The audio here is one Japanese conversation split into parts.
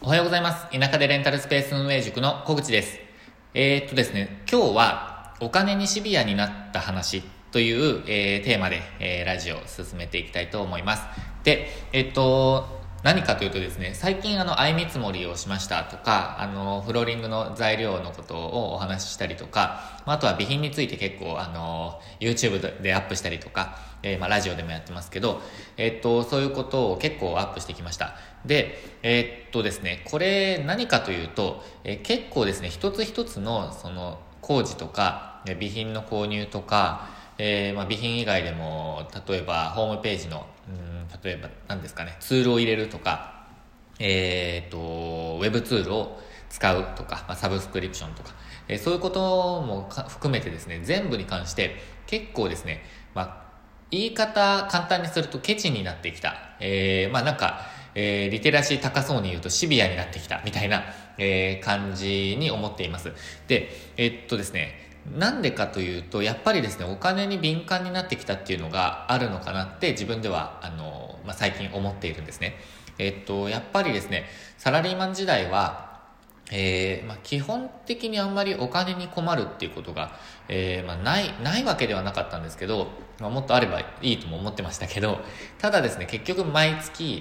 おはようございます。田舎でレンタルスペース運営塾の小口です。ですね、今日はお金にシビアになった話という、テーマで、ラジオを進めていきたいと思います。で、何かというとですね、最近相見積もりをしましたとか、フローリングの材料のことをお話ししたりとか、あとは備品について結構YouTube でアップしたりとか、ラジオでもやってますけど、そういうことを結構アップしてきました。で、ですね、これ何かというと、結構ですね、一つ一つのその工事とか、備品の購入とか、備品以外でも、例えばホームページの、例えば何ですかね、ツールを入れるとか、ウェブツールを使うとか、サブスクリプションとか、そういうことも含めてですね、全部に関して結構ですね、言い方簡単にするとケチになってきた。リテラシー高そうに言うとシビアになってきたみたいな、感じに思っています。で、ですね、なんでかというと、やっぱりですね、お金に敏感になってきたっていうのがあるのかなって自分では、最近思っているんですね。やっぱりですね、サラリーマン時代は、基本的にあんまりお金に困るっていうことが、ないわけではなかったんですけど、もっとあればいいとも思ってましたけど、ただですね、結局毎月、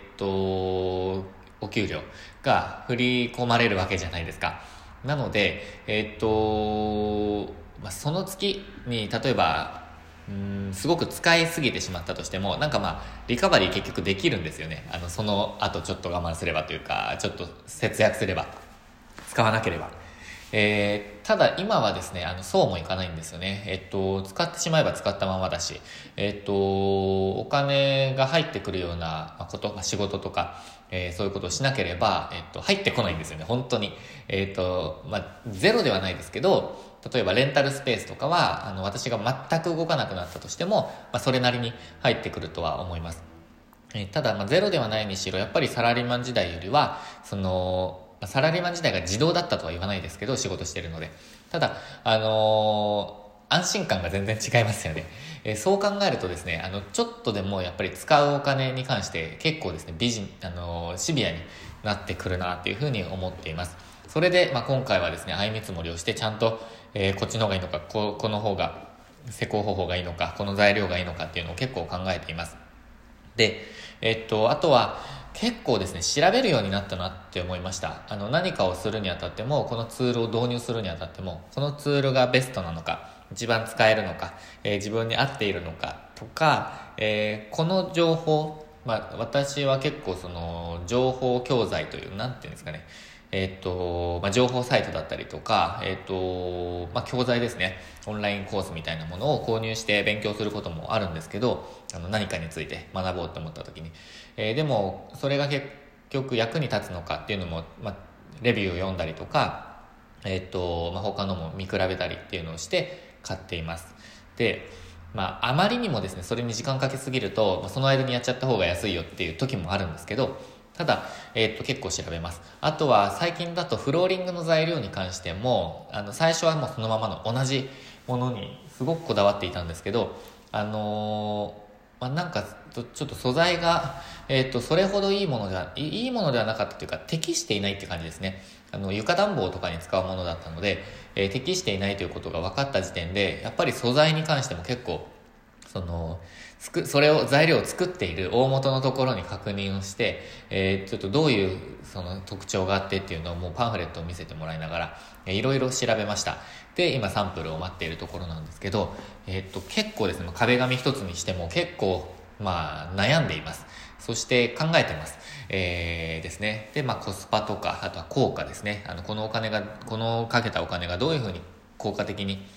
お給料が振り込まれるわけじゃないですか。なので、その月に例えばすごく使いすぎてしまったとしても、リカバリー結局できるんですよね。その後ちょっと我慢すればというか、ちょっと節約すれば、使わなければ。ただ今はですね、そうもいかないんですよね。使ってしまえば使ったままだし、お金が入ってくるようなこと、仕事とか、そういうことをしなければ、入ってこないんですよね、本当に。ゼロではないですけど、例えばレンタルスペースとかは、私が全く動かなくなったとしても、それなりに入ってくるとは思います。ただ、ゼロではないにしろ、やっぱりサラリーマン時代よりは、サラリーマン時代が自動だったとは言わないですけど、仕事してるので。ただ、安心感が全然違いますよね。そう考えるとですね、ちょっとでもやっぱり使うお金に関して結構ですね、シビアになってくるなっていうふうに思っています。それで、今回はですね、相見積もりをしてちゃんと、こっちの方がいいのか、この方が、施工方法がいいのか、この材料がいいのかっていうのを結構考えています。で、あとは結構ですね、調べるようになったなって思いました。何かをするにあたっても、このツールを導入するにあたっても、このツールがベストなのか、一番使えるのか、自分に合っているのかとか、この情報、私は結構その情報教材という、なんていうんですかね、情報サイトだったりとか、教材ですね。オンラインコースみたいなものを購入して勉強することもあるんですけど、何かについて学ぼうと思った時に。でも、それが結局役に立つのかっていうのも、レビューを読んだりとか、他のも見比べたりっていうのをして買っています。で、あまりにもですね、それに時間かけすぎると、その間にやっちゃった方が安いよっていう時もあるんですけど、ただ、結構調べます。あとは最近だとフローリングの材料に関しても、最初はもうそのままの同じものにすごくこだわっていたんですけど、ちょっと素材が、それほどいいものではなかったというか、適していないって感じですね。床暖房とかに使うものだったので、適していないということが分かった時点で、やっぱり素材に関しても結構、材料を作っている大元のところに確認をして、ちょっとどういうその特徴があってっていうのをもうパンフレットを見せてもらいながら、いろいろ調べました。で、今サンプルを待っているところなんですけど、結構ですね、壁紙一つにしても結構、悩んでいます。そして考えてます。ですね。で、コスパとか、あとは効果ですね。このかけたお金がどういうふうに効果的に、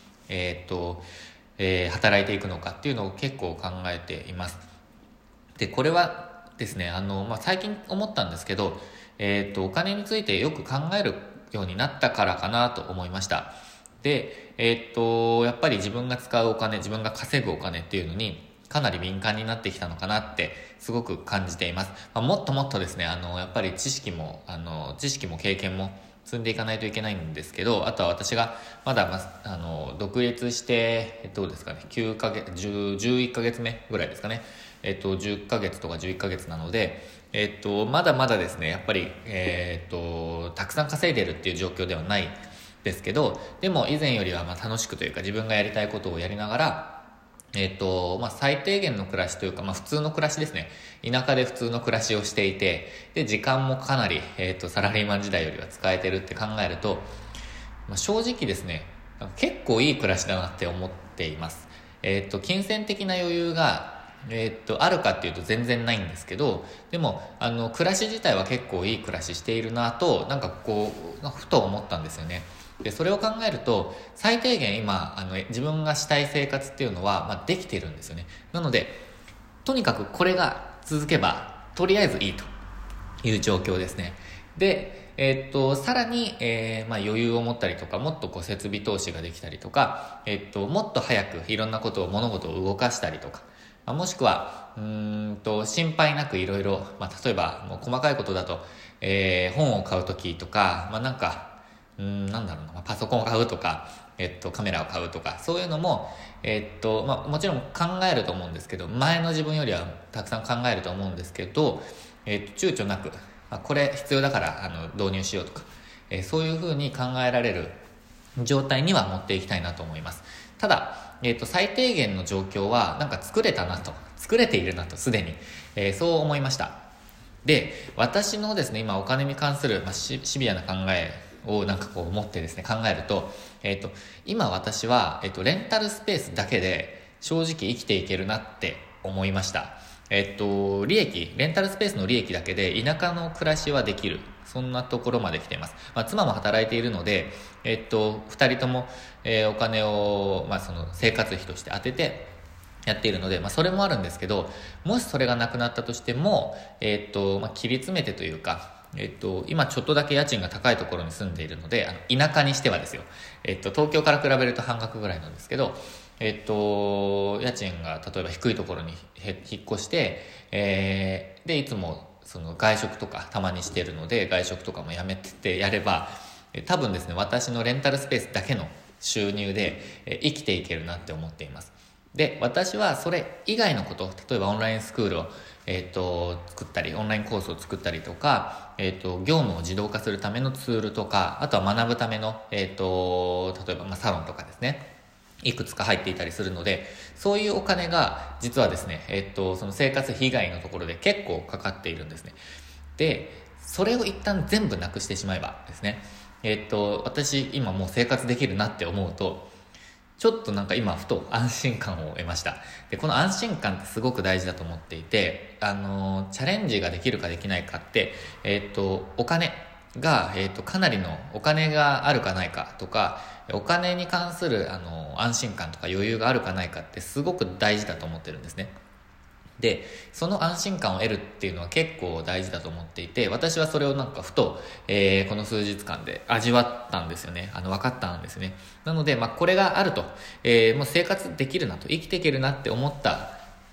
働いていくのかっていうのを結構考えています。で、これはですね、最近思ったんですけど、お金についてよく考えるようになったからかなと思いました。で、やっぱり自分が使うお金、自分が稼ぐお金っていうのに、かなり敏感になってきたのかなってすごく感じています。もっともっとですね、やっぱり知識も経験も積んでいかないといけないんですけど、あとは私がまだ、独立して、どうですかね、9ヶ月、11ヶ月目ぐらいですかね。 10ヶ月とか11ヶ月なので、まだまだですね、やっぱり、たくさん稼いでるっていう状況ではないですけど、でも以前よりは楽しくというか自分がやりたいことをやりながら、最低限の暮らしというか、普通の暮らしですね。田舎で普通の暮らしをしていて、で、時間もかなり、サラリーマン時代よりは使えてるって考えると、正直ですね、結構いい暮らしだなって思っています。金銭的な余裕が、あるかっていうと全然ないんですけど、でも、暮らし自体は結構いい暮らししているなと、ふと思ったんですよね。で、それを考えると、最低限今、自分がしたい生活っていうのは、できているんですよね。なので、とにかくこれが続けば、とりあえずいいという状況ですね。で、さらに、余裕を持ったりとか、もっと設備投資ができたりとか、もっと早くいろんな物事を動かしたりとか、もしくは、心配なくいろいろ、例えば、もう細かいことだと、本を買うときとか、パソコンを買うとか、カメラを買うとか、そういうのも、もちろん考えると思うんですけど、前の自分よりはたくさん考えると思うんですけど、躊躇なく、これ必要だから導入しようとか、そういうふうに考えられる状態には持っていきたいなと思います。ただ、最低限の状況は作れているなとすでに、そう思いました。で、私のですね、今お金に関する、シビアな考えを持ってですね、考えると、今私は、レンタルスペースだけで正直生きていけるなって思いました。レンタルスペースの利益だけで田舎の暮らしはできる。そんなところまで来ています。妻も働いているので、二人とも、お金を、その生活費として当ててやっているので、それもあるんですけど、もしそれがなくなったとしても、切り詰めてというか、今ちょっとだけ家賃が高いところに住んでいるので、田舎にしてはですよ。東京から比べると半額ぐらいなんですけど、家賃が例えば低いところに引っ越して、で、いつもその外食とかたまにしているので、外食とかもやめてやれば、多分ですね、私のレンタルスペースだけの収入で、生きていけるなって思っています。で、私はそれ以外のこと、例えばオンラインスクールを、作ったり、オンラインコースを作ったりとか、業務を自動化するためのツールとか、あとは学ぶための、例えばサロンとかですね、いくつか入っていたりするので、そういうお金が実はですね、その生活費以外のところで結構かかっているんですね。で、それを一旦全部なくしてしまえばですね、私今もう生活できるなって思うと、ちょっと今ふと安心感を得ました。で、この安心感ってすごく大事だと思っていて、チャレンジができるかできないかって、お金が、かなりのお金があるかないかとか、お金に関する安心感とか余裕があるかないかってすごく大事だと思ってるんですね。で、その安心感を得るっていうのは結構大事だと思っていて、私はそれをふと、この数日間で味わったんですよね。分かったんですね。なので、これがあると、もう生活できるなと、生きていけるなって思った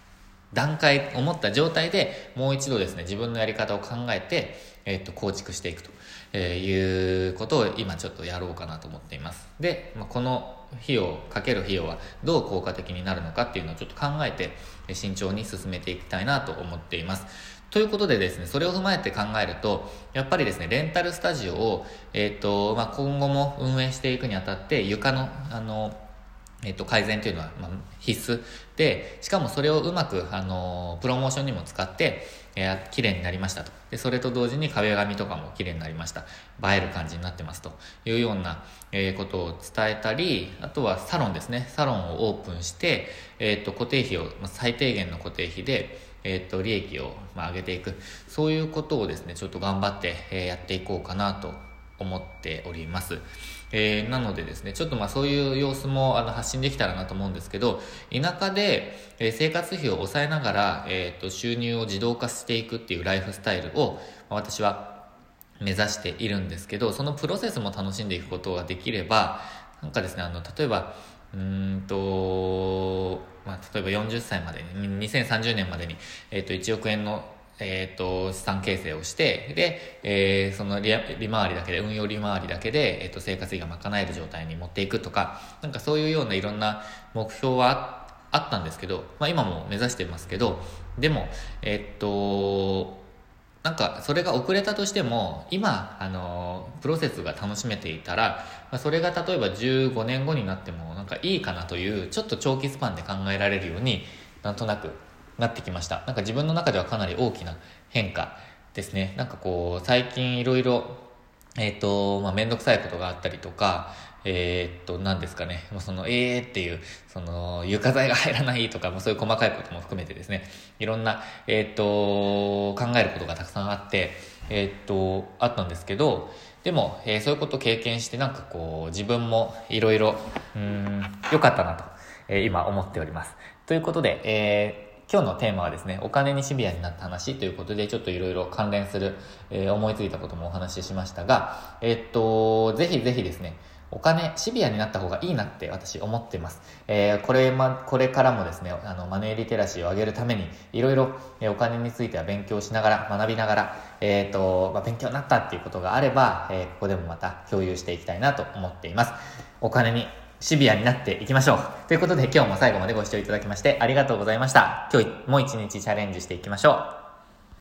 状態でもう一度ですね、自分のやり方を考えて、構築していくということを今ちょっとやろうかなと思っています。で、このかける費用はどう効果的になるのかっていうのをちょっと考えて慎重に進めていきたいなと思っています。ということでですね、それを踏まえて考えると、やっぱりですね、レンタルスタジオを、今後も運営していくにあたって床の改善というのは必須で、しかもそれをうまくプロモーションにも使って綺麗になりましたと。で、それと同時に壁紙とかも綺麗になりました、映える感じになってますというようなことを伝えたり、あとはサロンですね、サロンをオープンして、固定費を最低限の固定費で利益を上げていく、そういうことをですねちょっと頑張ってやっていこうかなと思っております。なのでですね、ちょっとそういう様子も発信できたらなと思うんですけど、田舎で、生活費を抑えながら、収入を自動化していくっていうライフスタイルを、私は目指しているんですけど、そのプロセスも楽しんでいくことができれば、ですね、例えば例えば40歳までに2030年までに、1億円の資産形成をして、で、その利回りだけで、運用利回りだけで、生活費が賄える状態に持っていくとか、そういうようないろんな目標はああったんですけど、今も目指してますけど、でもなんかそれが遅れたとしても今プロセスが楽しめていたら、それが例えば15年後になってもなんかいいかなというちょっと長期スパンで考えられるようになんとなくなってきました。なんか自分の中ではかなり大きな変化ですね。なんかこう最近いろいろめんどくさいことがあったりとか、何ですかね、もうそのっていうその床材が入らないとか、そういう細かいことも含めてですね、いろんな考えることがたくさんあってあったんですけど、でも、そういうことを経験してなんかこう自分もいろいろ良かったなと、今思っております。ということで、今日のテーマはですね、お金にシビアになった話ということで、ちょっといろいろ関連する、思いついたこともお話ししましたが、ぜひぜひですね、お金シビアになった方がいいなって私思ってます。これからもですね、マネーリテラシーを上げるためにいろいろお金については勉強しながら学びながら、勉強になったっていうことがあれば、ここでもまた共有していきたいなと思っています。お金にシビアになっていきましょう。ということで今日も最後までご視聴いただきましてありがとうございました。今日も一日チャレンジしていきましょう。